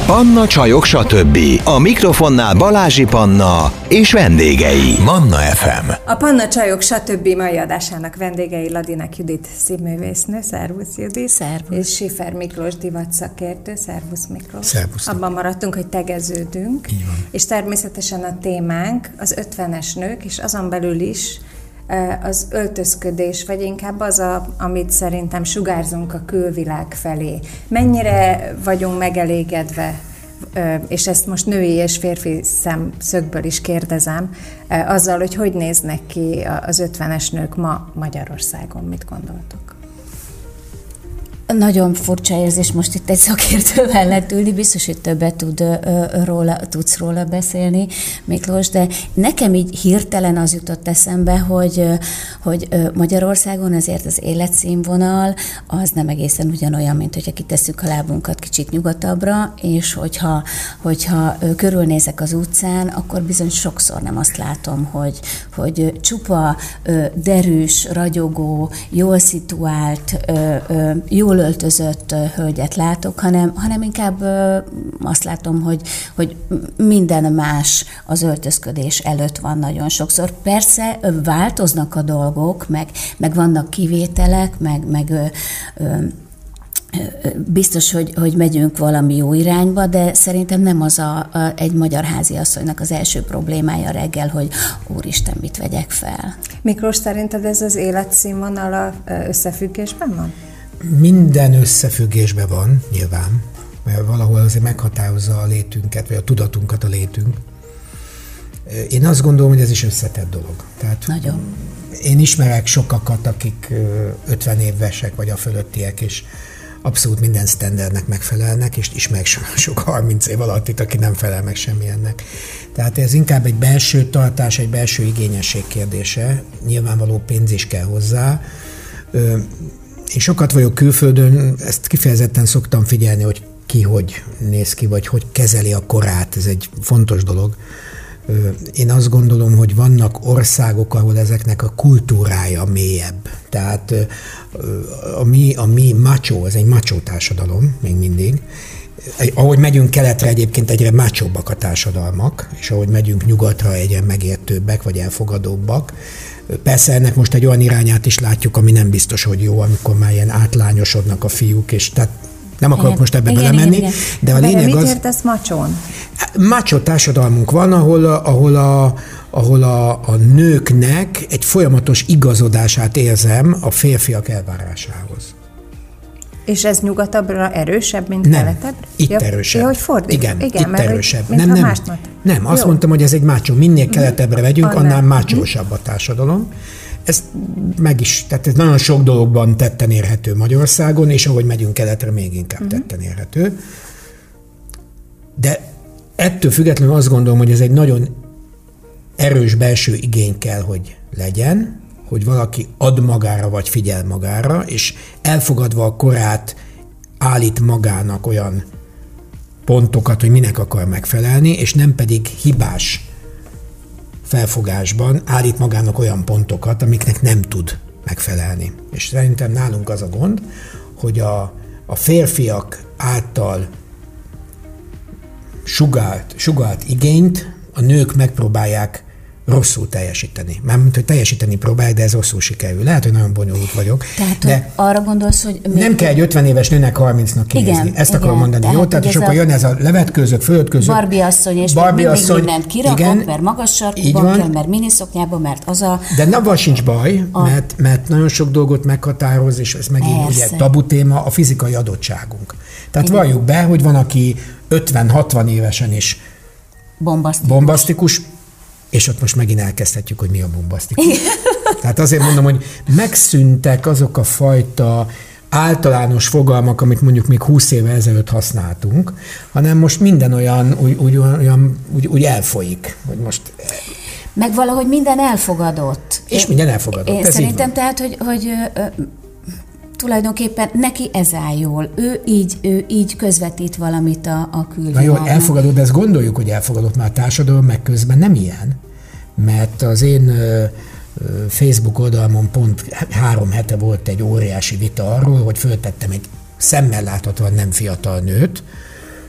Panna, csajok, stb. A mikrofonnál Balázsi Panna és vendégei. Manna FM. A Panna, csajok, stb. Mai adásának vendégei Ladinek Judit színművésznő, szervusz Judit. Szervusz. És Schiffer Miklós divatszakértő, szervusz Miklós. Szervusz. Abban maradtunk, hogy tegeződünk. Így van. És természetesen a témánk az 50-es nők, és azon belül is az öltözködés, vagy inkább az, amit szerintem sugárzunk a külvilág felé. Mennyire vagyunk megelégedve, és ezt most női és férfi szemszögből is kérdezem, azzal, hogy néznek ki az 50-es nők ma Magyarországon, mit gondoltok? Nagyon furcsa érzés most itt egy szakértő mellett ülni, biztos, hogy többet tudsz róla beszélni, Miklós, de nekem így hirtelen az jutott eszembe, hogy Magyarországon azért az életszínvonal az nem egészen ugyanolyan, mint hogyha kitesszük a lábunkat kicsit nyugatabbra, és hogyha körülnézek az utcán, akkor bizony sokszor nem azt látom, hogy csupa derűs, ragyogó, jól szituált, jól öltözött hölgyet látok, hanem inkább azt látom, hogy minden más az öltözködés előtt van nagyon sokszor. Persze változnak a dolgok, meg vannak kivételek, meg biztos, hogy megyünk valami jó irányba, de szerintem nem az egy magyar háziasszonynak az első problémája reggel, hogy úristen, mit vegyek fel. Miklós, szerinted ez az életszínvonal összefüggésben van? Minden összefüggésben van, nyilván, mert valahol azért meghatározza a létünket, vagy a tudatunkat a létünk. Én azt gondolom, hogy ez is összetett dolog. Tehát nagyon. Én ismerek sokakat, akik 50 évesek, vagy a fölöttiek, és abszolút minden sztendernek megfelelnek, és ismerek sok 30 év alattit, aki nem felel meg semmilyennek. Tehát ez inkább egy belső tartás, egy belső igényesség kérdése. Nyilvánvaló pénz is kell hozzá. Én sokat vagyok külföldön, ezt kifejezetten szoktam figyelni, hogy ki hogy néz ki, vagy hogy kezeli a korát, ez egy fontos dolog. Én azt gondolom, hogy vannak országok, ahol ezeknek a kultúrája mélyebb. Tehát a mi macho, ez egy macho társadalom, még mindig. Ahogy megyünk keletre, egyébként egyre machobbak a társadalmak, és ahogy megyünk nyugatra, egyre megértőbbek, vagy elfogadóbbak. Persze ennek most egy olyan irányát is látjuk, ami nem biztos, hogy jó, amikor már ilyen átlányosodnak a fiúk, és tehát nem akarok most ebbe belemenni, igen. De a lényeg mit az... Mit értesz macsón? Macho társadalmunk van, ahol a nőknek egy folyamatos igazodását érzem a férfiak elvárásához. És ez nyugatabbra erősebb, mint keletebbre? Itt erősebb. Hogy fordít? Igen, itt erősebb. Nem, azt Jó. mondtam, hogy ez egy macho. Minél keletebbre vegyünk, annál machósabb a társadalom. Ez meg is, tehát ez nagyon sok dologban tetten érhető Magyarországon, és ahogy megyünk keletre, még inkább tetten érhető. De ettől függetlenül azt gondolom, hogy ez egy nagyon erős belső igény kell, hogy legyen, hogy valaki ad magára, vagy figyel magára, és elfogadva a korát állít magának olyan pontokat, hogy minek akar megfelelni, és nem pedig hibás felfogásban állít magának olyan pontokat, amiknek nem tud megfelelni. És szerintem nálunk az a gond, hogy a férfiak által sugált igényt a nők megpróbálják rosszul teljesíteni. Mármint, hogy teljesíteni próbálják, de ez rosszul sikerül. Lehet, hogy nagyon bonyolult vagyok. Tehát de arra gondolsz, hogy... Nem kell egy 50 éves nőnek 30-nak kinézni. Ezt akarom mondani, jó? Tehát és akkor jön ez a levetkőzök, földkőzök. Barbie asszony, és mindig mindent kirakok, mert magas sarkúban kell, mert miniszoknyában, mert az a... De abban sincs baj, mert nagyon sok dolgot meghatároz, és ez megint ugye tabu téma, a fizikai adottságunk. Tehát valljuk be, hogy van, aki 50-60 évesen is bombasztikus, és ott most megint elkezdhetjük, hogy mi a bombasztikus. Tehát azért mondom, hogy megszűntek azok a fajta általános fogalmak, amit mondjuk még 20 éve ezelőtt használtunk, hanem most minden olyan úgy elfolyik, hogy most... Meg valahogy minden elfogadott. És minden elfogadott. Én szerintem tehát, hogy tulajdonképpen neki ez áll jól. Ő így közvetít valamit a külvilágnak. Na jó, elfogadott, de ezt gondoljuk, hogy elfogadott már a társadalom, meg közben nem ilyen. Mert az én Facebook oldalamon pont 3 hete volt egy óriási vita arról, hogy föltettem egy szemmel láthatóan nem fiatal nőt,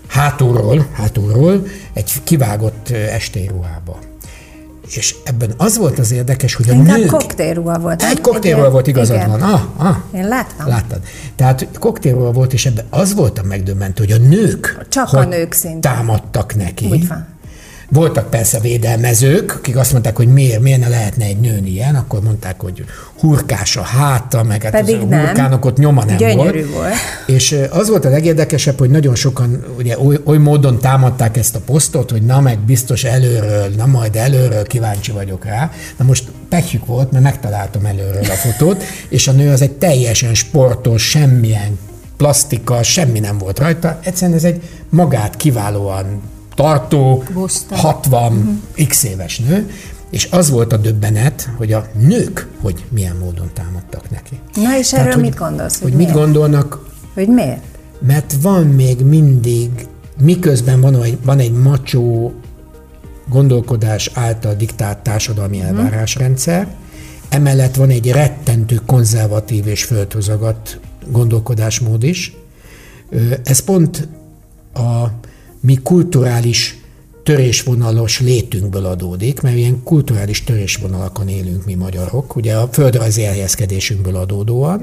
hátulról egy kivágott estélyruhába. És ebben az volt az érdekes, hogy a nők... koktélruha volt. Egy koktélruha volt, igazad van. Én láttam. Láttad. Tehát koktélruha volt, és ebben az volt a megdöbbentő, hogy a nők... Csak a nők szintén. Támadtak neki. Úgy van. Voltak persze védelmezők, akik azt mondták, hogy miért ne lehetne egy nőn ilyen, akkor mondták, hogy hurkás a háta, meg hát pedig a hurkának ott nyoma nem gyönyörű volt. És az volt a legérdekesebb, hogy nagyon sokan ugye oly módon támadták ezt a posztot, hogy na meg biztos majd előről kíváncsi vagyok rá. Na most pekjük volt, mert megtaláltam előről a fotót, és a nő az egy teljesen sportos, semmilyen plastika, semmi nem volt rajta. Egyszerűen ez egy magát kiválóan tartó, 60 x éves nő, és az volt a döbbenet, hogy a nők, hogy milyen módon támadtak neki. Na és erről mit gondolsz? Hogy mit gondolnak? Hogy miért? Mert van még mindig, miközben van egy macsó gondolkodás által diktált társadalmi elvárásrendszer, emellett van egy rettentő konzervatív és földhozagadt gondolkodásmód is. Ez pont a mi kulturális törésvonalos létünkből adódik, mert ilyen kulturális törésvonalakon élünk mi magyarok, ugye a földrajzi elhelyezkedésünkből adódóan.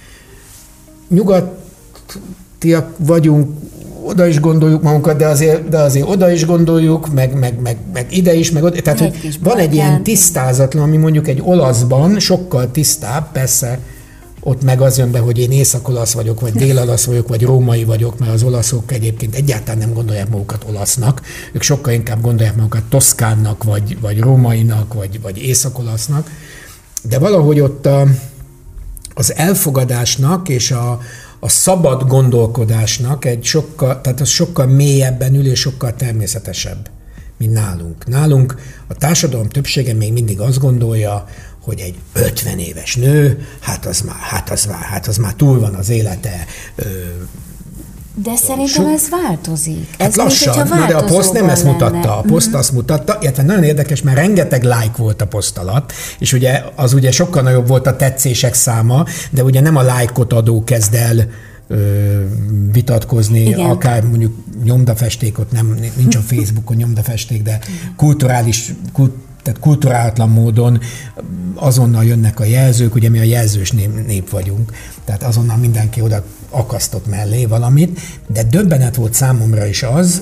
Nyugatiak vagyunk, oda is gondoljuk magunkat, de azért oda is gondoljuk, meg ide is, meg oda. Tehát, hogy van egy ilyen tisztázatlan, ami mondjuk egy olaszban sokkal tisztább, persze ott meg az jön be, hogy én észak-olasz vagyok, vagy dél-olasz vagyok, vagy római vagyok, mert az olaszok egyébként egyáltalán nem gondolják magukat olasznak, ők sokkal inkább gondolják magukat toszkánnak, vagy rómainak, vagy észak-olasznak. De valahogy ott az elfogadásnak és a szabad gondolkodásnak tehát az sokkal mélyebben ül és sokkal természetesebb, mint nálunk. Nálunk a társadalom többsége még mindig azt gondolja, hogy egy 50 éves nő, hát az már túl van az élete. De szerintem ez változik. Hát lassan, de a poszt nem ezt mutatta. A poszt azt mutatta, illetve nagyon érdekes, mert rengeteg like volt a poszt alatt, és ugye az ugye sokkal nagyobb volt a tetszések száma, de ugye nem a like-ot adó kezd el vitatkozni, igen. Akár mondjuk nyomdafestékot, nincs a Facebookon nyomdafesték, de tehát kulturálatlan módon azonnal jönnek a jelzők, ugye mi a jelzős nép vagyunk, tehát azonnal mindenki oda akasztott mellé valamit, de döbbenet volt számomra is az,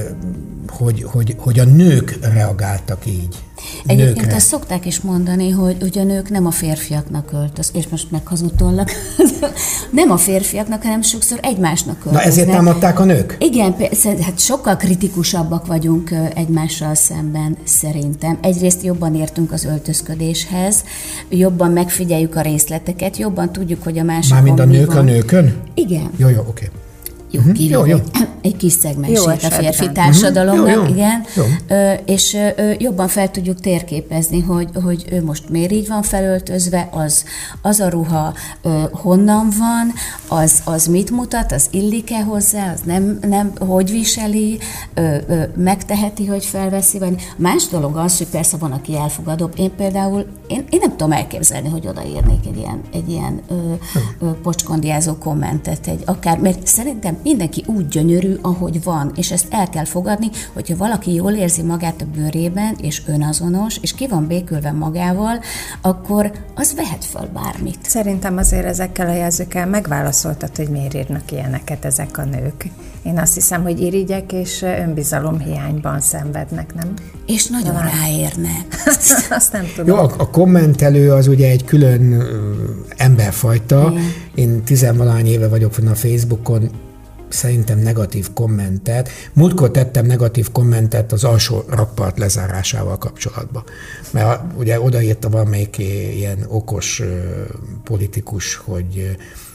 hogy a nők reagáltak így. Egyébként azt szokták is mondani, hogy a nők nem a férfiaknak és most meghazudtollak, nem a férfiaknak, hanem sokszor egymásnak költöznek. Na ezért támadták a nők? Igen, hát sokkal kritikusabbak vagyunk egymással szemben szerintem. Egyrészt jobban értünk az öltözködéshez, jobban megfigyeljük a részleteket, jobban tudjuk, hogy a másikon mármint a nők a nőkön? Igen. Jó, oké. Jó, egy kis szegmensét a férfi társadalomnak, igen, és jobban fel tudjuk térképezni, hogy ő most miért így van felöltözve, az a ruha honnan van, az mit mutat, az illik-e hozzá, az nem hogy viseli, megteheti, hogy felveszi, vagy más dolog az, hogy persze van, aki elfogadóbb. Én például, én nem tudom elképzelni, hogy odaírnék egy ilyen pocskondiázó kommentet, mert szerintem mindenki úgy gyönyörű, ahogy van, és ezt el kell fogadni, hogyha valaki jól érzi magát a bőrében, és önazonos, és ki van békülve magával, akkor az vehet föl bármit. Szerintem azért ezekkel a jelzőkkel megválaszoltad, hogy miért írnak ilyeneket ezek a nők. Én azt hiszem, hogy irigyek és önbizalomhiányban szenvednek, nem? És nagyon ráérnek. Azt nem tudom. Jó, a kommentelő az ugye egy külön emberfajta. Igen. Én 10-valahány éve vagyok fenn a Facebookon, szerintem negatív kommentet. Múltkor tettem negatív kommentet az alsó rakpart lezárásával kapcsolatban. Mert ugye odaírta valamelyik ilyen okos politikus, hogy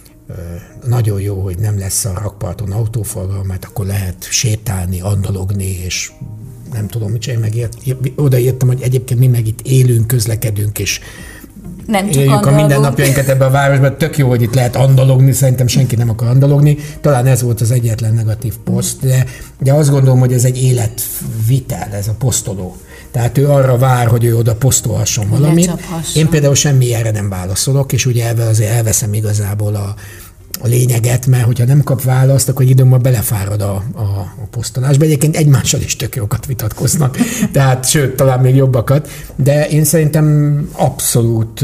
nagyon jó, hogy nem lesz a rakparton autóforgalom, mert akkor lehet sétálni, andalogni, és nem tudom, mit csinálni, odaírtam, hogy egyébként mi meg itt élünk, közlekedünk, és éljük a mindennapjainkat ebben a városban, tök jó, hogy itt lehet andalogni, szerintem senki nem akar andalogni, talán ez volt az egyetlen negatív poszt, de azt gondolom, hogy ez egy életvitel, ez a posztoló. Tehát ő arra vár, hogy ő oda posztolhasson valamit. Én például semmi erre nem válaszolok, és ugye ezzel azért elveszem igazából lényeget, mert hogyha nem kap választ, akkor egy idő múlva belefárad a posztolásba. Egyébként egymással is tök jókat vitatkoznak, tehát sőt, talán még jobbakat, de én szerintem abszolút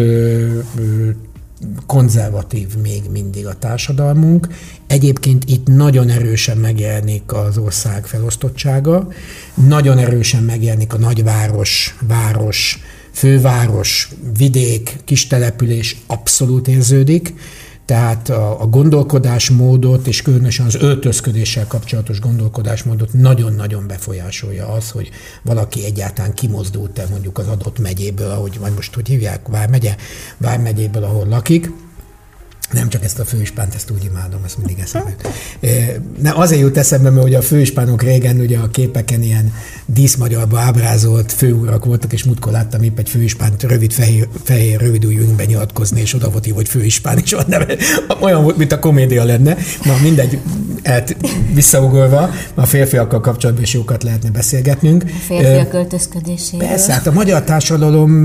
konzervatív még mindig a társadalmunk. Egyébként itt nagyon erősen megjelenik az ország felosztottsága, nagyon erősen megjelenik a nagyváros, város, főváros, vidék, kistelepülés abszolút érződik, tehát a gondolkodásmódot, és különösen az öltözködéssel kapcsolatos gondolkodásmódot nagyon-nagyon befolyásolja az, hogy valaki egyáltalán kimozdult-e mondjuk az adott megyéből, ahogy vagy most hogy hívják, Vármegyéből, ahol lakik. Nem csak ezt a főispánt, ezt úgy imádom, ezt mindig eszembe. Azért jut eszembe, mert ugye a főispánok régen ugye a képeken ilyen díszmagyarba ábrázolt főurak voltak, és múltkor láttam épp egy főispánt fehér rövidújú ingben nyilatkozni, és oda volt, hogy főispán is van neve. Olyan volt, mint a komédia lenne. Na mindegy, visszaugorva, a férfiakkal kapcsolatban is jókat lehetne beszélgetnünk. A férfiak öltözködéséről. Persze, hát a magyar társadalom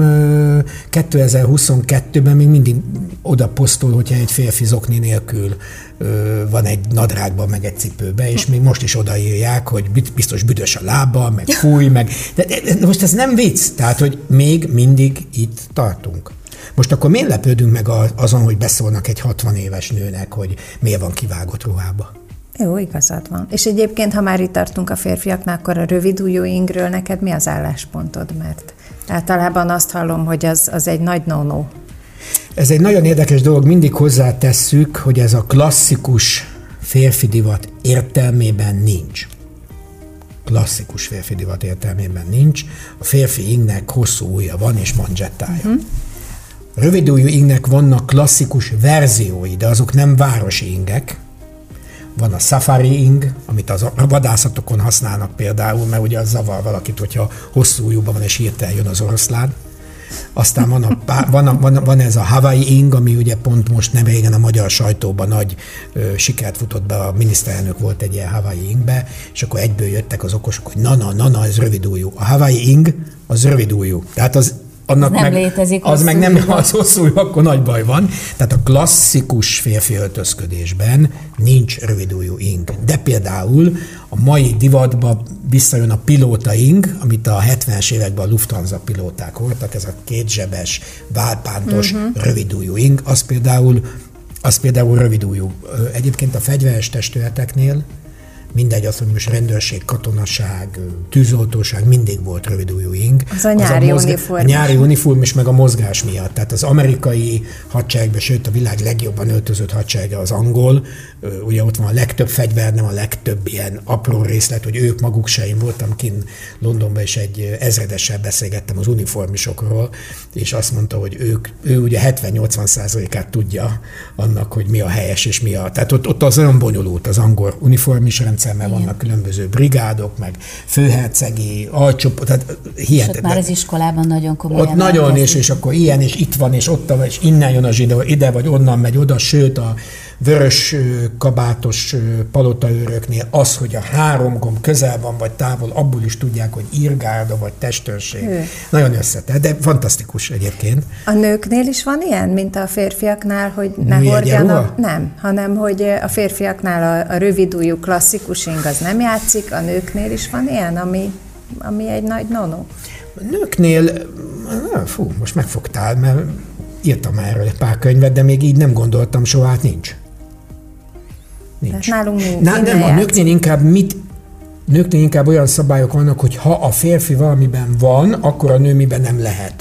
2022-ben még mindig oda posztol, hogyha egy férfi zokni nélkül van egy nadrágban, meg egy cipőbe, és még most is odaírják, hogy biztos büdös a lába, meg fúj, meg... De most ez nem vicc, tehát, hogy még mindig itt tartunk. Most akkor miért lepődünk meg azon, hogy beszólnak egy 60 éves nőnek, hogy miért van kivágott ruhába? Jó, igazad van. És egyébként, ha már itt tartunk a férfiaknál, akkor a rövidujjú ingről neked mi az álláspontod? Mert általában azt hallom, hogy az egy nagy no-no. Ez egy nagyon érdekes dolog, mindig hozzátesszük, hogy ez a klasszikus férfi divat értelmében nincs. Klasszikus férfi divat értelmében nincs. A férfi ingnek hosszú ujja van és manzsettája. A rövidujjú ingnek vannak klasszikus verziói, de azok nem városi ingek. Van a safari ing, amit a vadászatokon használnak például, mert ugye az zavar valakit, hogyha hosszú ujjúban van és hirtelen jön az oroszlán. Aztán van ez a Hawaii ing, ami ugye pont most nem régen a magyar sajtóban nagy sikert futott be, a miniszterelnök volt egy ilyen Hawaii ingbe, és akkor egyből jöttek az okosok, hogy na, ez rövidújú. A Hawaii ing az rövidújú. Tehát annak nem létezik az meg nem, az hosszú, akkor nagy baj van. Tehát a klasszikus férfi öltözködésben nincs rövidújú ing. De például a mai divatba visszajön a pilóta ing, amit a 70-es években a Lufthansa pilóták voltak, ez a kétzsebes, válpántos, rövidújú ing, az például rövidújú. Egyébként a fegyveres testületeknél mindegy, az, hogy most rendőrség, katonaság, tűzoltóság, mindig volt rövidújú ing. Az a nyári uniform. A nyári uniform is, meg a mozgás miatt. Tehát az amerikai hadseregben, sőt a világ legjobban öltözött hadserege az angol, ugye ott van a legtöbb fegyver, nem a legtöbb ilyen apró részlet, hogy ők maguk se. Én voltam kint Londonban, és egy ezredessel beszélgettem az uniformisokról, és azt mondta, hogy ő ugye 70-80%-át tudja annak, hogy mi a helyes és mi a... Tehát ott az olyan bonyolult az angol uniformis rendszer, mert vannak különböző brigádok, meg főhercegi alcsoport, tehát hihetetlen. És már az iskolában nagyon komolyan. Ott nagyon, és akkor ilyen, és itt van, és ott van, és innen jön a zsidó, ide vagy onnan megy oda, sőt a vörös kabátos palotaőröknél az, hogy a 3 gomb közel van, vagy távol, abból is tudják, hogy írgárda, vagy testőrség. Nagyon összetett, de fantasztikus egyébként. A nőknél is van ilyen, mint a férfiaknál, hogy ne hordjanak? Nem, hanem hogy a férfiaknál a rövidújú klasszikus ing az nem játszik, a nőknél is van ilyen, ami egy nagy no-no. A nőknél, most megfogtál, mert írtam erről egy pár könyvet, de még így nem gondoltam soha, hát nincs. Tehát nálunk nem, a nőknél inkább olyan szabályok vannak, hogy ha a férfi valamiben van, akkor a nő miben nem lehet.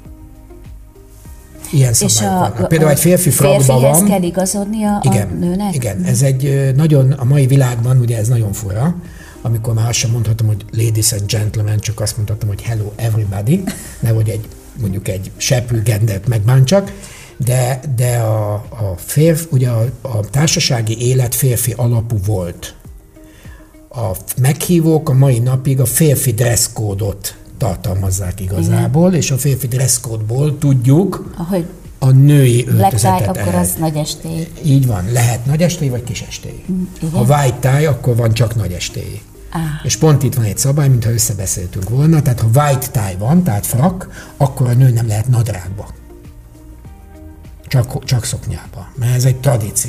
Ilyen szabályok vannak. Például egy férfi frakban van. Férfihez kell igazodnia a nőnek? Igen, ez egy nagyon, a mai világban ugye ez nagyon fura, amikor már azt sem mondhatom, hogy ladies and gentlemen, csak azt mondhatom, hogy hello everybody, nehogy mondjuk egy seprű gendert megbántsak, de a férfi, ugye a társasági élet férfi alapú volt. A meghívók a mai napig a férfi dresszkódot tartalmazzák igazából, és a férfi dresszkódból tudjuk a női öltözetet. Black tie, akkor az nagy estély. Így van, lehet nagy estély vagy kis estély. Ha white tie, akkor van csak nagy estély. És pont itt van egy szabály, mintha összebeszéltünk volna, tehát ha white tie van, tehát frak, akkor a nő nem lehet nadrágba. Csak szoknyába, mert ez egy tradíció.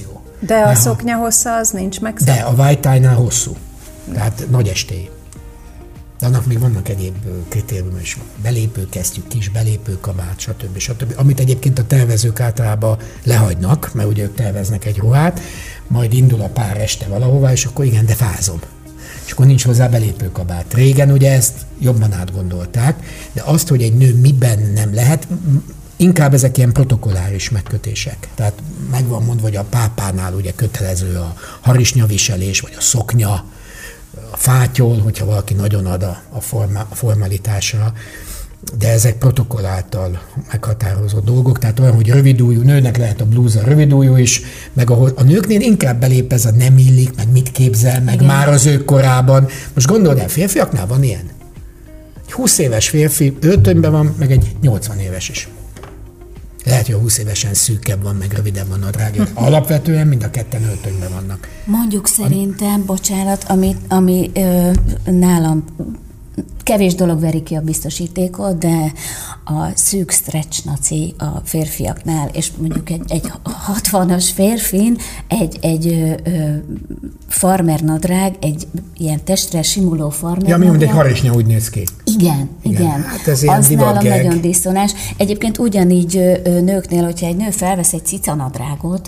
De a szoknya hossza az nincs megszabva? De a white tie-nál hosszú. Tehát nagy estély. De annak még vannak egyéb kritériumok is. Belépőkesztyű, kis belépőkabát, stb. Amit egyébként a tervezők általában lehagynak, mert ugye ők terveznek egy ruhát, majd indul a pár este valahová, és akkor igen, de fázom. És akkor nincs hozzá belépőkabát. Régen ugye ezt jobban átgondolták, de azt, hogy egy nő miben nem lehet, inkább ezek ilyen protokolláris megkötések. Tehát meg van mondva, hogy a pápánál ugye kötelező a harisnyaviselés, vagy a szoknya, a fátyol, hogyha valaki nagyon ad a formalitásra, de ezek protokoll által meghatározott dolgok, tehát olyan, hogy rövidújú, nőnek lehet a blúza rövidújú is, meg a nőknél inkább belép ez a nem illik, meg mit képzel, meg igen. Már az ők korában. Most gondold el, férfiaknál van ilyen? Egy 20 éves férfi öltönyben van, meg egy 80 éves is. Lehet, hogy a 20 évesen szűkebb van, meg rövidebb van a nadrágja. Alapvetően mind a ketten öltönyben vannak. Mondjuk szerintem, bocsánat, ami nálam kevés dolog veri ki a biztosítékot, de a szűk stretch naci a férfiaknál, és mondjuk egy 60-as férfin egy farmer nadrág, egy ilyen testre simuló farmer nadrág. Ja, mint egy harisnya úgy néz ki. Igen. Hát ez ilyen az nálam gag. nagyon diszonás. Egyébként ugyanígy nőknél, hogyha egy nő felvesz egy cicanadrágot,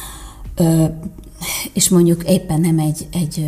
és mondjuk éppen nem egy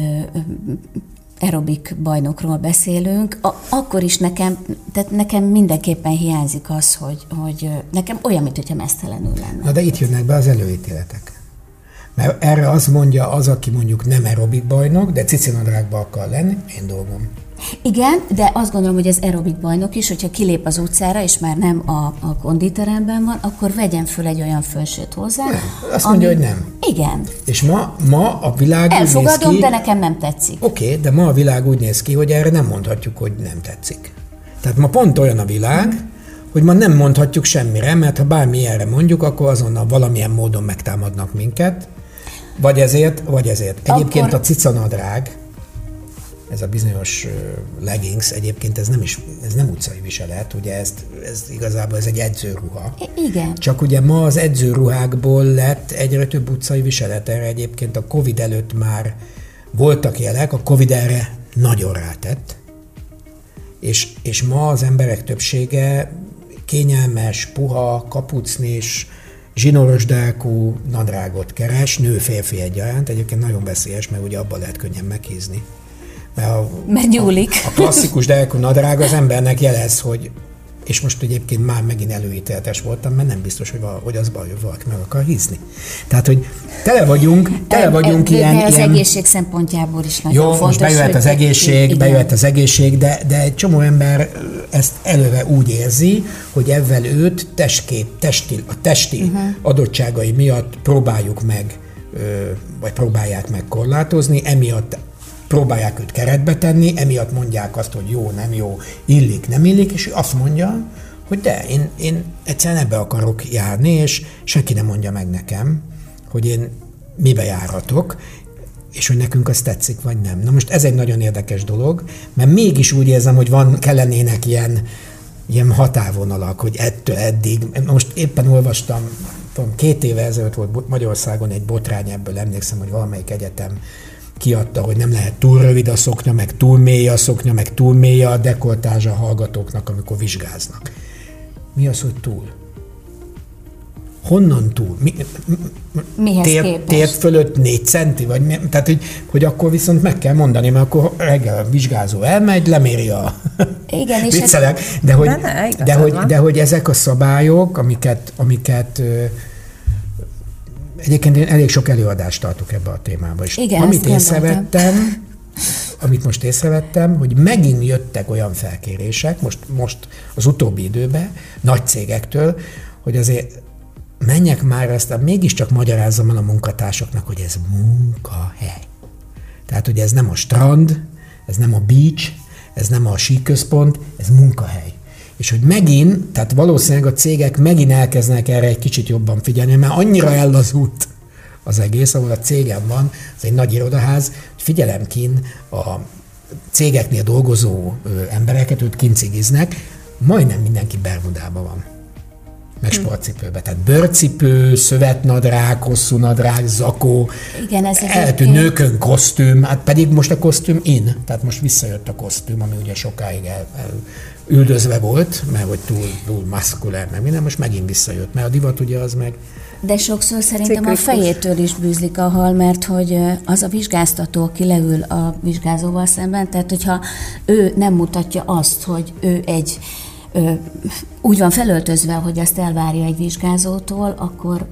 aerobik bajnokról beszélünk, akkor is nekem mindenképpen hiányzik az, hogy nekem olyan, mintha meztelenül lenne. Na de itt jönnek be az előítéletek. Mert erre azt mondja az, aki mondjuk nem aerobik bajnok, de cicinadrágba akar lenni, én dolgom. Igen, de azt gondolom, hogy az aerobik bajnok is, hogyha kilép az utcára, és már nem a konditeremben van, akkor vegyen föl egy olyan fölsőt hozzá. Nem, azt mondja, hogy nem. Igen. És ma a világ elfogadom, úgy néz ki, de nekem nem tetszik. Oké, de ma a világ úgy néz ki, hogy erre nem mondhatjuk, hogy nem tetszik. Tehát ma pont olyan a világ, hogy ma nem mondhatjuk semmire, mert ha bármi erre mondjuk, akkor azonnal valamilyen módon megtámadnak minket. Vagy ezért. Egyébként a cicanadrág, ez a bizonyos leggings, egyébként ez nem utcai viselet, ugye ez igazából ez egy edzőruha. Igen. Csak ugye ma az edzőruhákból lett egyre több utcai viselet. Erre egyébként a Covid előtt már voltak jelek, a Covid erre nagyon rátett, és ma az emberek többsége kényelmes, puha, kapucnis, zsinóros dálkú nadrágot keres, nő-férfi egyaránt, egyébként nagyon veszélyes, mert ugye abban lehet könnyen meghízni. Mert nyúlik. A klasszikus dálkú nadrág az embernek jelez, hogy, és most egyébként már megint előítéletes voltam, mert nem biztos, hogy az baj, hogy valaki meg akar hízni. Tehát, hogy tele vagyunk ilyen... De az egészség szempontjából is nagyon fontos. Jó, most bejöhet az egészség, de egy csomó ember ezt előve úgy érzi, hogy ezzel őt a testi adottságai miatt próbáljuk meg, vagy próbálják meg korlátozni, emiatt próbálják őt keretbe tenni, emiatt mondják azt, hogy jó, nem jó, illik, nem illik, és azt mondja, hogy de, én egyszerűen ebbe akarok járni, és senki nem mondja meg nekem, hogy én mibe járhatok, és hogy nekünk az tetszik, vagy nem. Na most ez egy nagyon érdekes dolog, mert mégis úgy érzem, hogy kellenének ilyen határvonalak, hogy ettől eddig. Most éppen olvastam, 2 éve ezelőtt volt Magyarországon egy botrány, ebből emlékszem, hogy valamelyik egyetem kiadta, hogy nem lehet túl rövid a szoknya, meg túl mély a szoknya, meg túl mély a dekoltázsa a hallgatóknak, amikor vizsgáznak. Mi az, hogy túl? Honnan túl? Mihez képest? Tért fölött 4 centi? Vagy tehát, hogy akkor viszont meg kell mondani, mert akkor reggel a vizsgázó elmegy, leméri a igen, és viccelek, de hogy ezek a szabályok, amiket egyébként én elég sok előadást tartok ebbe a témába, és igen, amit most észrevettem, hogy megint jöttek olyan felkérések, most az utóbbi időben, nagy cégektől, hogy azért menjek már ezt, mégiscsak magyarázzam el a munkatársaknak, hogy ez munkahely. Tehát, hogy ez nem a strand, ez nem a beach, ez nem a síközpont, ez munkahely. És hogy megint, tehát valószínűleg a cégek megint elkezdenek erre egy kicsit jobban figyelni, mert annyira ellazult az egész, ahol a cégem van, az egy nagy irodaház, hogy figyelem kint a cégeknél dolgozó embereket, őt kint cigiznek, majdnem mindenki Bermudában van. meg sportcipőbe. Tehát bőrcipő, szövetnadrág, hosszú nadrág, zakó, igen, ez eltűnt nőkön kosztüm, hát pedig most a kosztüm tehát most visszajött a kosztüm, ami ugye sokáig üldözve volt, mert hogy túl maszkulár, meg minden, most megint visszajött, mert a divat ugye az meg... De sokszor szerintem ciklikus. a fejétől is bűzlik a hal, mert hogy az a vizsgáztató, aki leül a vizsgázóval szemben, tehát hogyha ő nem mutatja azt, hogy ő úgy van felöltözve, hogy ezt elvárja egy vizsgázótól, akkor,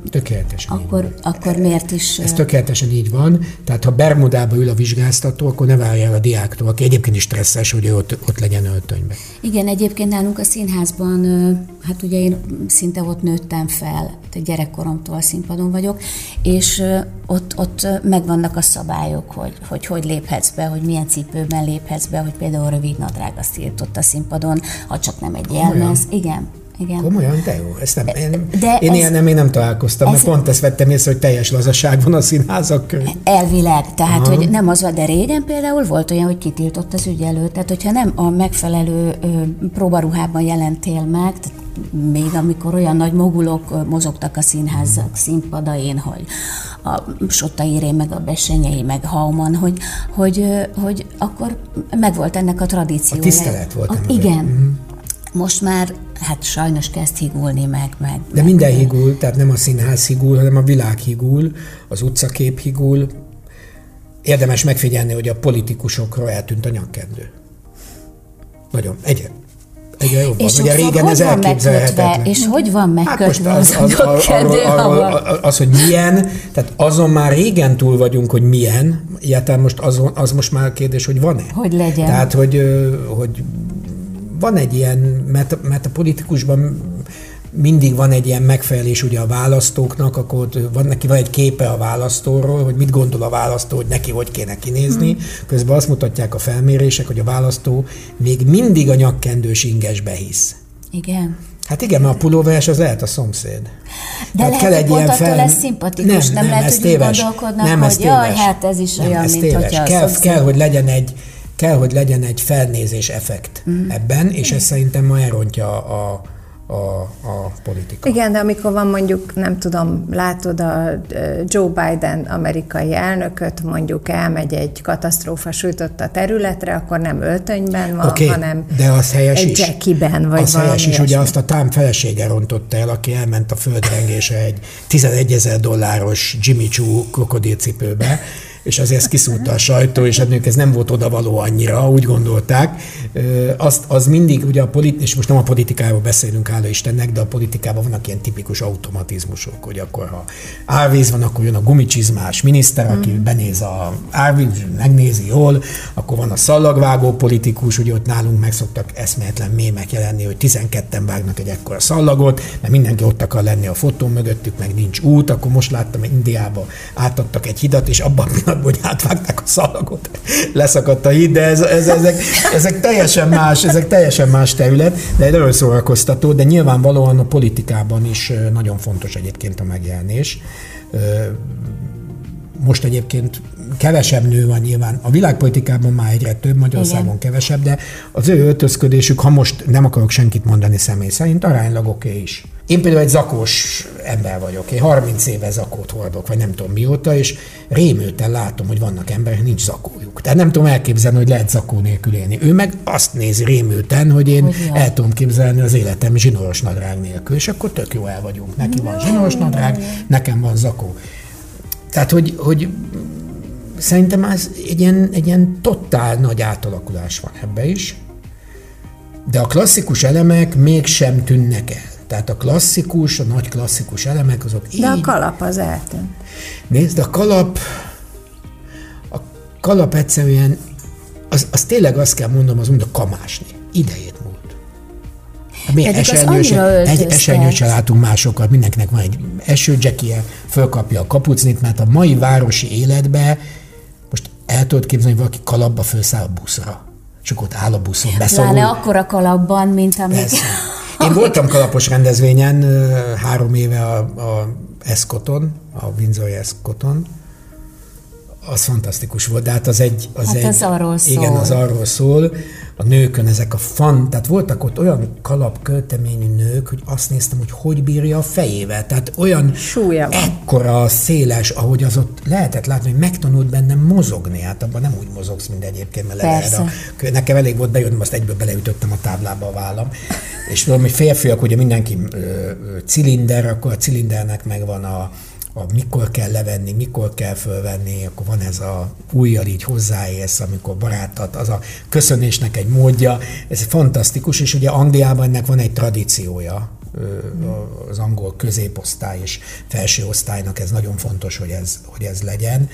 akkor miért is... Ez tökéletesen így van. Tehát ha Bermudába ül a vizsgáztató, akkor ne várja el a diáktól, aki egyébként is stresszes, hogy ő ott legyen öltönyben. Igen, egyébként nálunk a színházban, hát ugye én szinte ott nőttem fel, gyerekkoromtól színpadon vagyok, és ott megvannak a szabályok, hogy léphetsz be, hogy milyen cipőben léphetsz be, hogy például rövid nadrág azt tiltott a színpadon, ha csak nem egy jelmez. Igen. Komolyan, de jó. Ezt én nem találkoztam, mert pont ezt vettem észre, hogy teljes lazaság van a színházak körül. Elvileg, tehát, hogy nem az van, de régen például volt olyan, hogy kitiltott az ügyelő, tehát hogyha nem a megfelelő próbaruhában jelentél meg, tehát még amikor olyan nagy mogulok mozogtak a színházak színpadain, hogy a Sotta Irén, meg a Bessenyei, meg Hauman, hogy akkor megvolt ennek a tradíciója. A tisztelet volt. Igen. Most már, hát sajnos kezd higulni meg. De minden higul, tehát nem a színház higul, hanem a világ higul, az utcakép higul. Érdemes megfigyelni, hogy a politikusokról eltűnt a nyakkendő. Nagyon. Egyre jobban. És ugye régen ez elképzelhetetlen. És hogy van megkötve hát az a nyakkendő? Az, hogy milyen, tehát azon már régen túl vagyunk, hogy milyen, egyáltalán az most már a kérdés, hogy van-e. Hogy legyen. Tehát, hogy van egy ilyen, mert a politikusban mindig van egy ilyen megfelelés ugye a választóknak, akkor neki van egy képe a választóról, hogy mit gondol a választó, hogy neki hogy kéne kinézni. Közben azt mutatják a felmérések, hogy a választó még mindig a nyakkendős ingesbe hisz. Igen. Hát igen, mert a pulóveres az lehet a szomszéd. De tehát lehet, hogy attól lesz szimpatikus, nem lehet, hogy úgy gondolkodnak, hogy jaj, hát ez is olyan, mint hogyha a szomszéd. Kell, hogy legyen egy felnézés effekt ebben, és ez szerintem ma elrontja a politika. Igen, de amikor van mondjuk, nem tudom, látod a Joe Biden amerikai elnököt, mondjuk elmegy egy katasztrófa sújtotta területre, akkor nem öltönyben van, hanem de az helyes egy jackiben, vagy az helyes is, ugye azt a Trump felesége rontotta el, aki elment a földrengésre egy $11,000 Jimmy Choo krokodilcipőbe, és azért ezt kiszúrta a sajtó, és hát ez nem volt odavaló annyira, úgy gondolták. Az mindig, ugye és most nem a politikáról beszélünk, hála Istennek, de a politikában vannak ilyen tipikus automatizmusok, hogy akkor ha árvíz van, akkor jön a gumicsizmás miniszter, aki benéz a árvíz, megnézi jól, akkor van a szallagvágó politikus, ugye ott nálunk meg szoktak eszméletlen mémek jelenni, hogy 12-en vágnak egy ekkora szallagot, mert mindenki ott akar lenni a fotón mögöttük, meg nincs út, akkor most láttam, hogy Indiába átadtak egy hidat, és abban hogy átvágták a szallagot, leszakadt a híd, de ezek teljesen más terület, de egy nagyon szórakoztató, de nyilvánvalóan a politikában is nagyon fontos egyébként a megjelenés. Most egyébként kevesebb nő van nyilván, a világpolitikában már egyre több, Magyarországon kevesebb, de az ő öltözködésük, ha most nem akarok senkit mondani személy szerint, aránylag oké is. Én például egy zakós ember vagyok, én 30 éve zakót hordok, vagy nem tudom mióta, és rémülten látom, hogy vannak emberek, nincs zakójuk. Tehát nem tudom elképzelni, hogy lehet zakó nélkül élni. Ő meg azt nézi rémülten, hogy én el tudom képzelni az életem zsinóros nadrág nélkül, és akkor tök jó el vagyunk. Neki van zsinóros nadrág, nekem van zakó. Tehát, hogy szerintem ez egy ilyen totál nagy átalakulás van ebbe is, de a klasszikus elemek mégsem tűnnek el. Tehát a nagy klasszikus elemek azok így... De a kalap az eltűnt. Nézd, a kalap egyszerűen, az tényleg azt kell mondanom, az mint a kamásni. Idejét múlt. Egy esernyőt se látunk másokat, mindenkinek van egy esődzsekie, fölkapja a kapucnit, mert a mai városi életben most el tudod képzelni, hogy valaki kalapba fölszáll a buszra, és akkor ott áll a buszon, beszorul. Pláne akkora kalapban, mint amíg... Én voltam kalapos rendezvényen 3 éve a Escoton, a Windsor Escoton. Az fantasztikus volt, de hát az arról szól. Igen, az arról szól. a nőkön ezek tehát voltak ott olyan kalapkölteményű nők, hogy azt néztem, hogy bírja a fejével. Tehát olyan ekkora, széles, ahogy az ott lehetett látni, hogy megtanult bennem mozogni. Hát abban nem úgy mozogsz, mint egyébként, mert nekem elég volt bejönni, azt egyből beleütöttem a táblába a vállam. És tudom, hogy férfiak, ugye mindenki cilinder, akkor a cilindernek megvan a mikor kell levenni, mikor kell fölvenni, akkor van ez a ujjal így hozzáérsz, amikor barátat, az a köszönésnek egy módja, ez fantasztikus, és ugye Angliában ennek van egy tradíciója, az angol középosztály és felső osztálynak ez nagyon fontos, hogy ez legyen.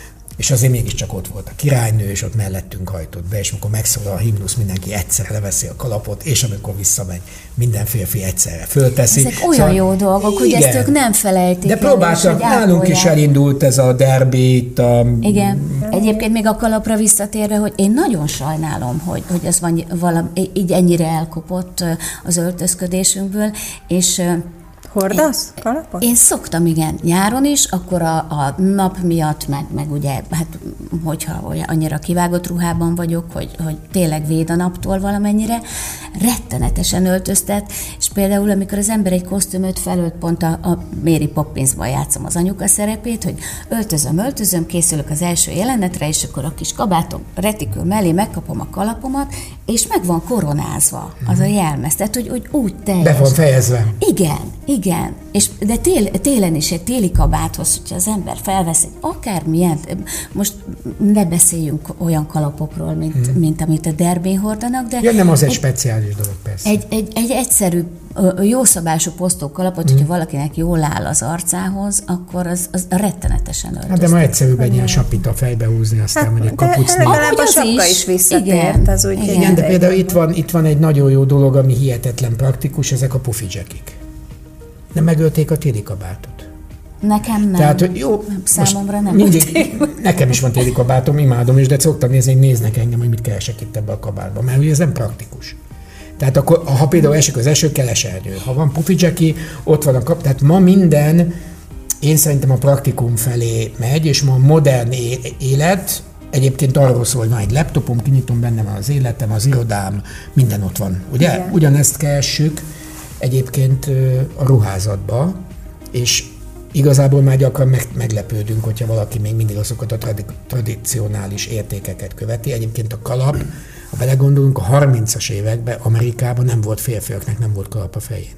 És azért mégiscsak ott volt a királynő, és ott mellettünk hajtott be, és amikor megszólal a himnusz, mindenki egyszerre leveszi a kalapot, és amikor visszamegy, minden férfi egyszerre fölteszi. Ezek olyan jó dolgok, hogy ezt ők nem felejtik. De próbáltak, nálunk is elindult ez a derbi itt Igen. Egyébként még a kalapra visszatérve, hogy én nagyon sajnálom, hogy ez van így ennyire elkopott az öltözködésünkből, és hordasz kalapot? Én szoktam, igen, nyáron is, akkor a nap miatt, meg ugye, hát hogyha annyira kivágott ruhában vagyok, hogy tényleg véd a naptól valamennyire, rettenetesen öltöztet, és például, amikor az ember egy kosztümöt felölt, pont a Mary Poppinsban játszom az anyuka szerepét, hogy öltözöm, készülök az első jelenetre, és akkor a kis kabátom retikül mellé megkapom a kalapomat, és meg van koronázva az a jelmez, tehát hogy úgy teljes. Be van fejezve. Igen. De télen is egy téli kabáthoz, hogyha az ember felvesz egy akármilyen, most ne beszéljünk olyan kalapokról, mint amit a derbén hordanak, de... Ja, nem az egy speciális dolog, persze. Egy egyszerű, jó szabású posztókalapot, hogyha valakinek jól áll az arcához, akkor az rettenetesen öltöztet. Hát de ma egyszerűbb egy ilyen sapit a fejbe húzni, aztán vagy egy kapucni. Legalább a sapka is visszatért, az úgy. Igen, de például itt van egy nagyon jó dolog, ami hihetetlen praktikus, ezek a pufi jackik. Nem megölték a téli kabátot. Nekem nem. Tehát, hogy jó, számomra nem. Nekem is van téli kabátom, imádom is, de szoktam nézni, hogy néznek engem, hogy mit keresek itt ebbe a kabátba, mert ugye ez nem praktikus. Tehát akkor, ha például esik az eső, kell esernyő. Ha van pufi jacki, ott van a tehát ma minden, én szerintem a praktikum felé megy, és ma a modern élet egyébként arról szól, hogy van egy laptopom, kinyitom, benne van az életem, az irodám, minden ott van. Ugye? Igen. Ugyanezt keressük egyébként a ruházatba, és igazából már gyakran meglepődünk, hogyha valaki még mindig azokat a tradicionális értékeket követi. Egyébként a kalap, ha belegondolunk, a 30-as években Amerikában nem volt férfiaknak, nem volt kalap a fején.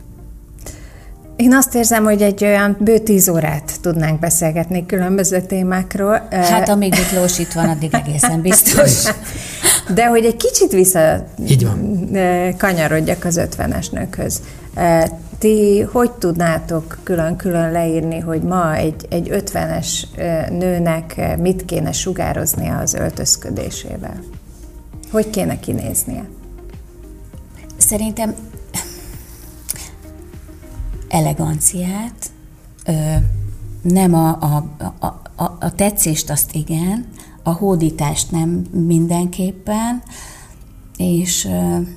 Én azt érzem, hogy egy olyan bő 10 órát tudnánk beszélgetni különböző témákról. Hát amíg Miklós itt van, addig egészen biztos. De hogy egy kicsit kanyarodjak az 50-es nőkhöz. Ti hogy tudnátok külön-külön leírni, hogy ma egy 50-es nőnek mit kéne sugároznia az öltözködésével? Hogy kéne kinéznie? Szerintem eleganciát, nem a tetszést azt igen, a hódítást nem mindenképpen, és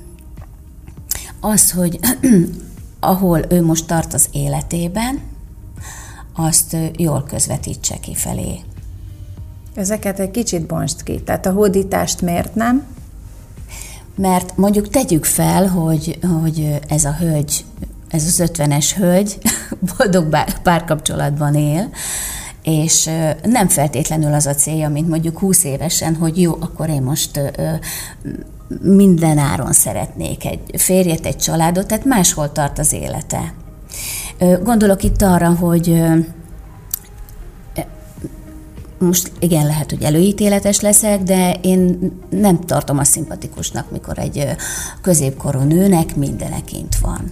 az, hogy ahol ő most tart az életében, azt jól közvetítse kifelé. Ezeket egy kicsit bontsd ki. Tehát a hódítást miért nem? Mert mondjuk tegyük fel, hogy ez a hölgy, ez az 50-es hölgy boldog párkapcsolatban él, és nem feltétlenül az a célja, mint mondjuk 20 évesen, hogy jó, akkor én most minden áron szeretnék egy férjet, egy családot, tehát máshol tart az élete. Gondolok itt arra, hogy most igen, lehet, hogy előítéletes leszek, de én nem tartom azt szimpatikusnak, mikor egy középkorú nőnek mindene kint van.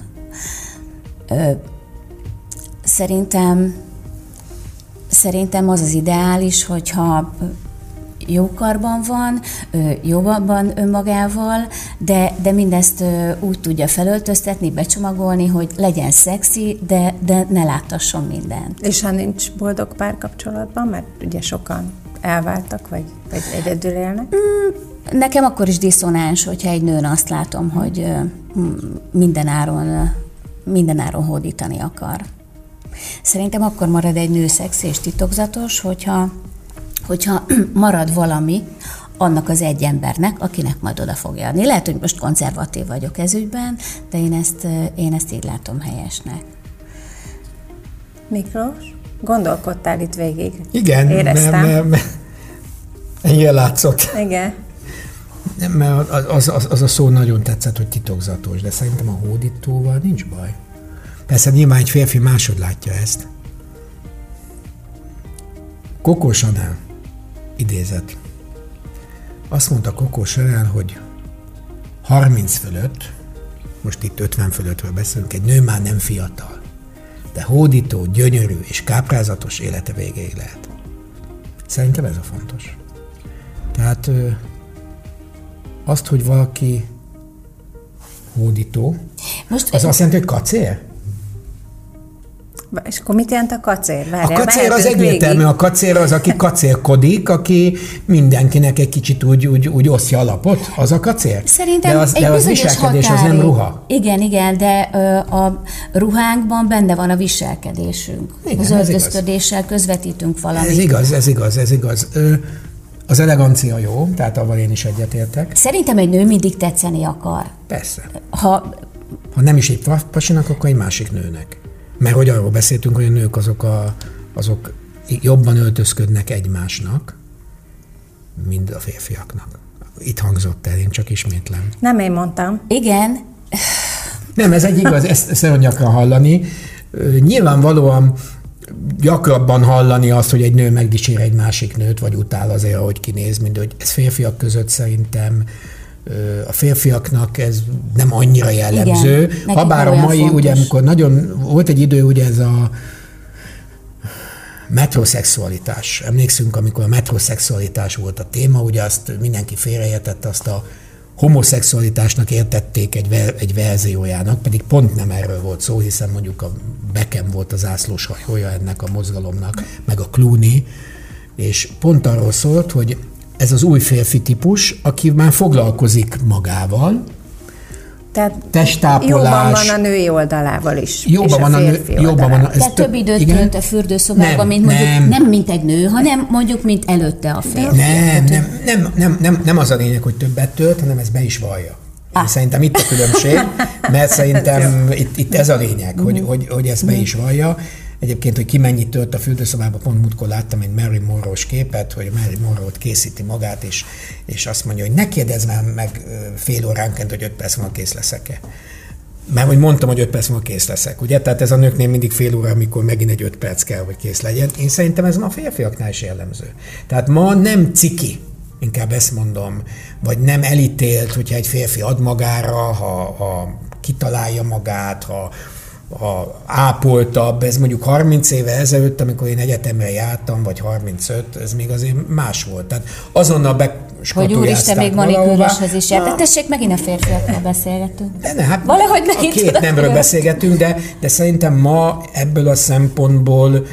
Szerintem az az ideális, hogyha jó karban van, jobban önmagával, de mindezt úgy tudja felöltöztetni, becsomagolni, hogy legyen szexi, de ne láttasson mindent. És ha nincs boldog párkapcsolatban, mert ugye sokan elváltak, vagy egyedül élnek? Nekem akkor is diszonáns, hogyha egy nőn azt látom, hogy minden áron hódítani akar. Szerintem akkor marad egy nő szexi és titokzatos, hogyha marad valami, annak az egy embernek, akinek majd oda fogja adni. Lehet, hogy most konzervatív vagyok ez ügyben, de én ezt így látom helyesnek. Miklós, gondolkodtál itt végig? Igen, éreztem. Ennyire látszott. Igen. Mert az a szó nagyon tetszett, hogy titokzatos, de szerintem a hódítóval nincs baj. Persze nyilván egy férfi máshogy látja ezt. Coco Chanel, idézet. Azt mondta Coco Chanel, hogy 30 fölött, most itt 50 fölöttről beszélünk, egy nő már nem fiatal, de hódító, gyönyörű és káprázatos élete végéig lehet. Szerintem ez a fontos. Tehát azt, hogy valaki hódító, most az azt jelenti, hogy kacér? És akkor mit jelent a kacér? Várjál, a kacér az egyértelmű, a kacér az, aki kacérkodik, aki mindenkinek egy kicsit úgy osztja a lapot, az a kacér. Szerintem de az viselkedés, az nem ruha. Igen, de a ruhánkban benne van a viselkedésünk. Igen, az öltözködéssel közvetítünk valamit. Ez igaz. Az elegancia jó, tehát avval én is egyetértek. Szerintem egy nő mindig tetszeni akar. Persze. Ha nem is egy pasinak, akkor egy másik nőnek. Mert hogy arról beszéltünk, hogy a nők azok jobban öltözködnek egymásnak, mint a férfiaknak. Itt hangzott el, én csak ismétlem. Nem én mondtam. Igen. Nem, ez egy igaz, ezt nagyon gyakran hallani. Nyilvánvalóan gyakrabban hallani azt, hogy egy nő megdicsér egy másik nőt, vagy utál azért, ahogy kinéz, mint hogy ez férfiak között szerintem a férfiaknak ez nem annyira jellemző. Habár a mai, ugye, amikor nagyon volt egy idő, ugye ez a metroszexualitás. Emlékszünk, amikor a metroszexualitás volt a téma, ugye azt mindenki félreértette, azt a homoszexualitásnak értették egy verziójának, pedig pont nem erről volt szó, hiszen mondjuk a Beckham volt az zászlós hajója ennek a mozgalomnak, meg a Clooney, és pont arról szólt, hogy ez az új férfi típus, aki már foglalkozik magával, tehát testtápolás. Jobban van a női oldalával is. Jobban van a férfi oldalával. Tehát több időt tölt a fürdőszobában, nem mint egy nő, hanem mondjuk mint előtte a férfi. Nem az a lényeg, hogy többet tölt, hanem ez be is vallja. Szerintem itt a különbség, mert szerintem itt ez a lényeg, hogy ezt be is vallja. Egyébként, hogy ki mennyit tölt a fürdőszobában, pont múltkor láttam egy Marilyn Monroe-s képet, hogy Marilyn Monroe-t készíti magát, és azt mondja, hogy ne kérdezz már meg fél óránként, hogy 5 perc múlva kész leszek-e. Mert hogy mondtam, hogy 5 perc múlva kész leszek, ugye? Tehát ez a nőknél mindig fél óra, amikor megint egy 5 perc kell, hogy kész legyen. Én szerintem ez ma a férfiaknál is jellemző. Tehát ma nem ciki, inkább ezt mondom, vagy nem elítélt, hogyha egy férfi ad magára, ha kitalálja magát, ha ápoltabb, ez mondjuk 30 éve ezelőtt, amikor én egyetemre jártam, vagy 35, ez még azért más volt. Tehát azonnal beskatujázták hogy úristen, még manikűröshöz is járt. Tessék, megint a férfiakról beszélgetünk. Hát valahogy a két nemről beszélgetünk, de szerintem ma ebből a szempontból,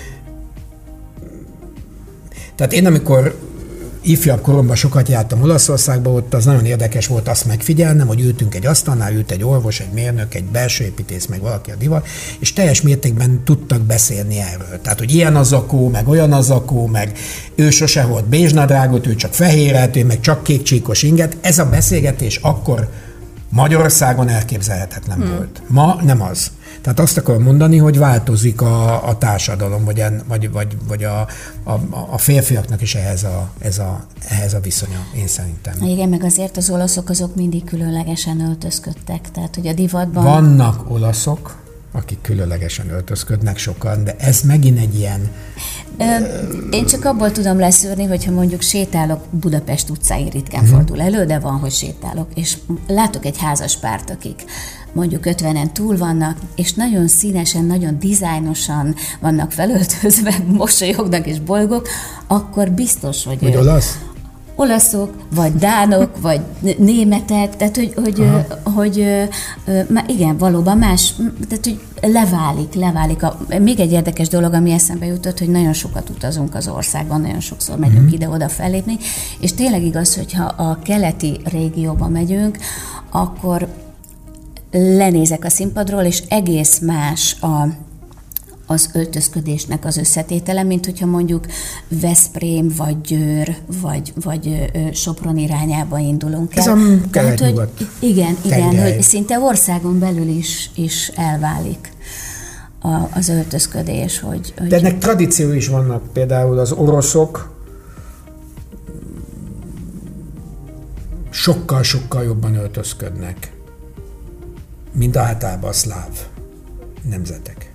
tehát én amikor ifjabb koromban sokat jártam Olaszországba, ott az nagyon érdekes volt azt megfigyelnem, hogy ültünk egy asztalnál, ült egy orvos, egy mérnök, egy belsőépítész, meg valaki a divat, és teljes mértékben tudtak beszélni erről. Tehát, hogy ilyen az zakó, meg olyan az zakó, meg ő sose volt bézsnadrágot, ő csak fehéret, ő meg csak kékcsíkos inget. Ez a beszélgetés akkor Magyarországon elképzelhetetlen volt. Ma nem az. Tehát azt akarom mondani, hogy változik a társadalom, vagy a férfiaknak is ehhez a viszonya, én szerintem. Igen, meg azért az olaszok azok mindig különlegesen öltözködtek, tehát hogy a divatban... Vannak olaszok, akik különlegesen öltözködnek sokan, de ez megint egy ilyen... Én csak abból tudom leszűrni, hogyha mondjuk sétálok, Budapest utcáin ritkán fordul elő, de van, hogy sétálok, és látok egy házas párt, akik mondjuk 50-en túl vannak, és nagyon színesen, nagyon dizájnosan vannak felöltözve, mosolyognak és bolygok, akkor biztos, hogy olaszok, vagy dánok, vagy németek, tehát hogy igen, valóban más, tehát hogy leválik. Még egy érdekes dolog, ami eszembe jutott, hogy nagyon sokat utazunk az országban, nagyon sokszor megyünk ide-oda fellépni, és tényleg igaz, hogyha a keleti régióba megyünk, akkor lenézek a színpadról, és egész más az öltözködésnek az összetétele, mint hogyha mondjuk Veszprém, vagy Győr, vagy Sopron irányába indulunk el. Ez a kelet-nyugat. Igen, hogy szinte országon belül is elválik az öltözködés. De ennek tradíciói is vannak, például az oroszok sokkal-sokkal jobban öltözködnek, mint általában a szláv nemzetek.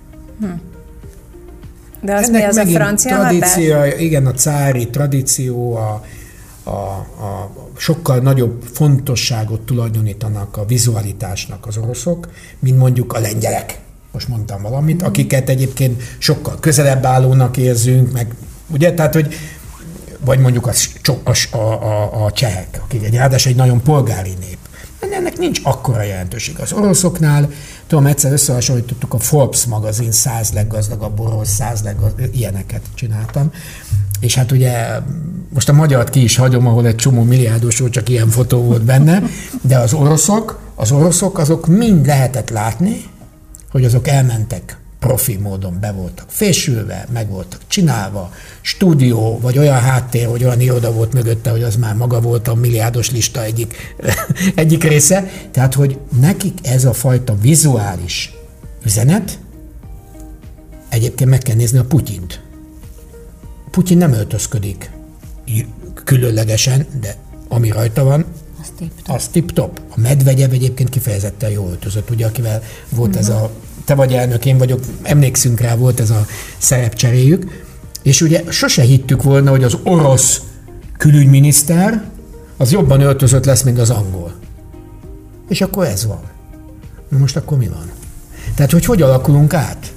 De az mi az a francia tradíció, igen, a cári tradíció, a sokkal nagyobb fontosságot tulajdonítanak a vizualitásnak az oroszok, mint mondjuk a lengyelek. Most mondtam valamit, akiket egyébként sokkal közelebb állónak érzünk, meg ugye, tehát, hogy vagy mondjuk a csehek, akik ráadásul egy nagyon polgári nép. Ennek nincs akkora jelentőség. Az oroszoknál, tudom, egyszer összehasonlítottuk a Forbes magazin 100 leggazdagabb orosz, 100 ilyeneket csináltam. És hát ugye most a magyart ki is hagyom, ahol egy csomó milliárdosról csak ilyen fotó volt benne, de az oroszok azok mind lehetett látni, hogy azok elmentek profi módon, be voltak fésülve, meg voltak csinálva, stúdió, vagy olyan háttér, hogy olyan iroda volt mögötte, hogy az már maga volt a milliárdos lista egyik része. Tehát, hogy nekik ez a fajta vizuális üzenet, egyébként meg kell nézni a Putyint. Putyin nem öltözködik különlegesen, de ami rajta van, az tip-top. A Medvegyev egyébként kifejezetten jól öltözött, ugye, akivel volt ez a te vagy elnök, én vagyok, emlékszünk rá, volt ez a szerepcseréjük, és ugye sose hittük volna, hogy az orosz külügyminiszter az jobban öltözött lesz, mint az angol. És akkor ez van. Na most akkor mi van? Tehát, hogy alakulunk át?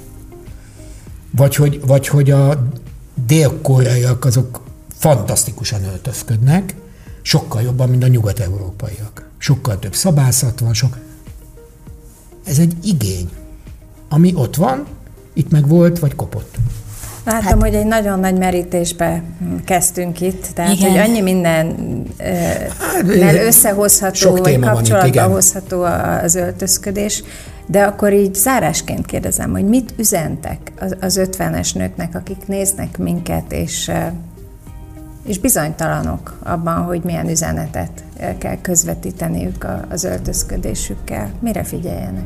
Vagy hogy a dél-koreaiak azok fantasztikusan öltözködnek, sokkal jobban, mint a nyugat-európaiak. Sokkal több szabászat van, Ez egy igény, ami ott van, itt meg volt, vagy kopott. Látom, hogy egy nagyon nagy merítésbe kezdtünk itt, tehát igen. Hogy annyi minden összehozható, vagy kapcsolatba hozható az öltözködés, de akkor így zárásként kérdezem, hogy mit üzentek az 50-es nőknek, akik néznek minket, és bizonytalanok abban, hogy milyen üzenetet kell közvetíteniük az öltözködésükkel. Mire figyeljenek?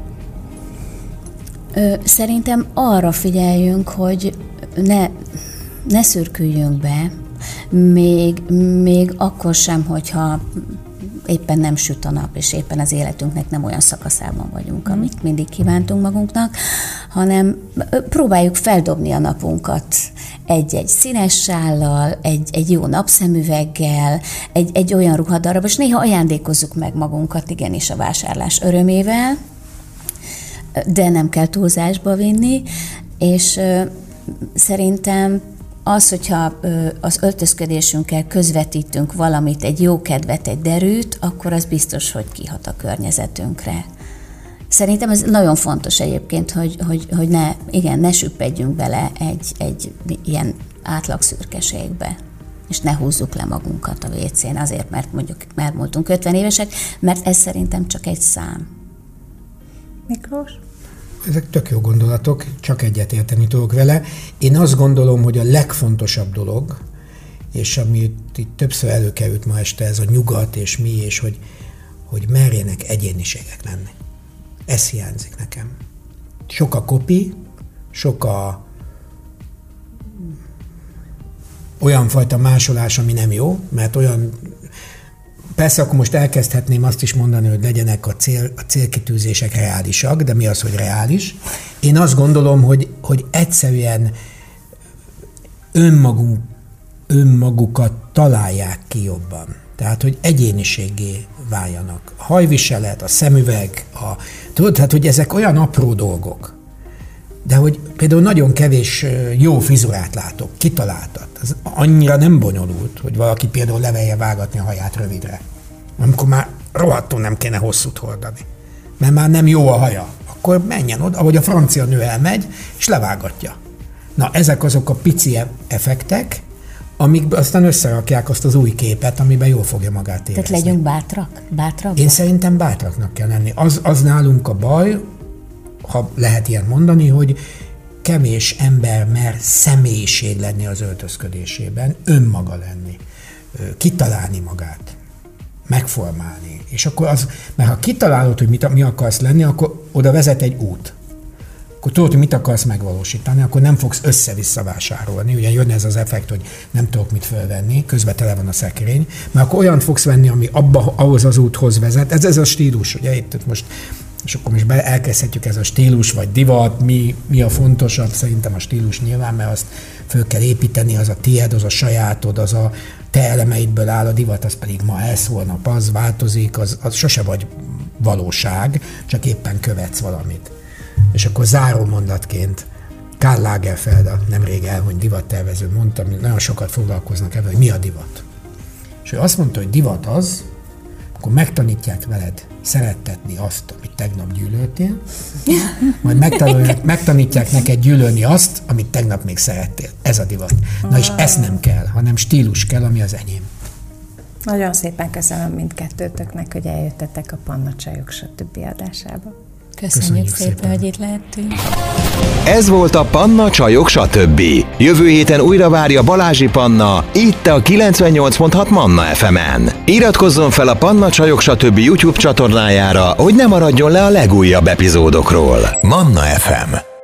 Szerintem arra figyeljünk, hogy ne szürküljünk be, még akkor sem, hogyha éppen nem süt a nap, és éppen az életünknek nem olyan szakaszában vagyunk, amit mindig kívántunk magunknak, hanem próbáljuk feldobni a napunkat egy színes sállal, egy jó napszemüveggel, egy olyan ruhadarab, és néha ajándékozzuk meg magunkat, igenis a vásárlás örömével, de nem kell túlzásba vinni, és szerintem az, hogyha az öltözködésünkkel közvetítünk valamit, egy jó kedvet, egy derűt, akkor az biztos, hogy kihat a környezetünkre. Szerintem ez nagyon fontos egyébként, hogy ne süppedjünk bele egy ilyen átlagszürkeségbe, és ne húzzuk le magunkat a WC-n azért, mert mondjuk már voltunk 50 évesek, mert ez szerintem csak egy szám. Miklós? Ezek tök jó gondolatok, csak egyetérteni tudok vele. Én azt gondolom, hogy a legfontosabb dolog, és amit itt többször előkerült ma este, ez a nyugat és mi, és hogy merjenek egyéniségek lenni. Ez hiányzik nekem. Sok a kopi, sok a olyan fajta másolás, ami nem jó, mert olyan. Persze akkor most elkezdhetném azt is mondani, hogy legyenek a célkitűzések reálisak, de mi az, hogy reális? Én azt gondolom, hogy egyszerűen önmagukat találják ki jobban. Tehát, hogy egyéniséggé váljanak. A hajviselet, a szemüveg, tudod, hát, hogy ezek olyan apró dolgok. De hogy például nagyon kevés jó frizurát látok, kitaláltat. Ez annyira nem bonyolult, hogy valaki például levelje vágatni a haját rövidre. Amikor már rohadtul nem kéne hosszút hordani. Mert már nem jó a haja. Akkor menjen oda, ahogy a francia nő elmegy, és levágatja. Na, ezek azok a pici effektek, amik aztán összerakják azt az új képet, amiben jól fogja magát érezni. Tehát legyünk bátrak? Én szerintem bátraknak kell lenni. Az nálunk a baj, ha lehet ilyen mondani, hogy kevés ember mer személyiség lenni az öltözködésében, önmaga lenni, kitalálni magát, megformálni. És akkor mert ha kitalálod, hogy mi akarsz lenni, akkor oda vezet egy út. Akkor tudod, hogy mit akarsz megvalósítani, akkor nem fogsz össze-vissza vásárolni. Ugye jön ez az effekt, hogy nem tudok mit fölvenni, közben tele van a szekrény, mert akkor olyant fogsz venni, ami ahhoz az úthoz vezet. Ez a stílus, ugye itt most, és akkor most elkezdhetjük ez a stílus, vagy divat, mi a fontosabb, szerintem a stílus nyilván, mert azt föl kell építeni, az a tied, az a sajátod, az a te elemeidből áll, a divat, az pedig ma ez, holnap az, változik, az sose vagy valóság, csak éppen követsz valamit. És akkor záró mondatként Karl Lagerfeld, a nemrég elhunyt divattervező mondta, hogy nagyon sokat foglalkoznak ebben, hogy mi a divat. És ő azt mondta, hogy divat az, akkor megtanítják veled szerettetni azt, amit tegnap gyűlöltél, majd megtanítják neked gyűlölni azt, amit tegnap még szerettél. Ez a divat. Na és ez nem kell, hanem stílus kell, ami az enyém. Nagyon szépen köszönöm mindkettőtöknek, hogy eljöttetek a Panna Csajok stb. Adásába. Köszönjük szépen, hogy itt lehettünk. Ez volt a Panna Csajok stb. Jövő héten újra várja Balázsi Panna, itt a 98.6 Manna FM-en. Iratkozzon fel a Panna Csajok stb. YouTube csatornájára, hogy ne maradjon le a legújabb epizódokról. Manna FM.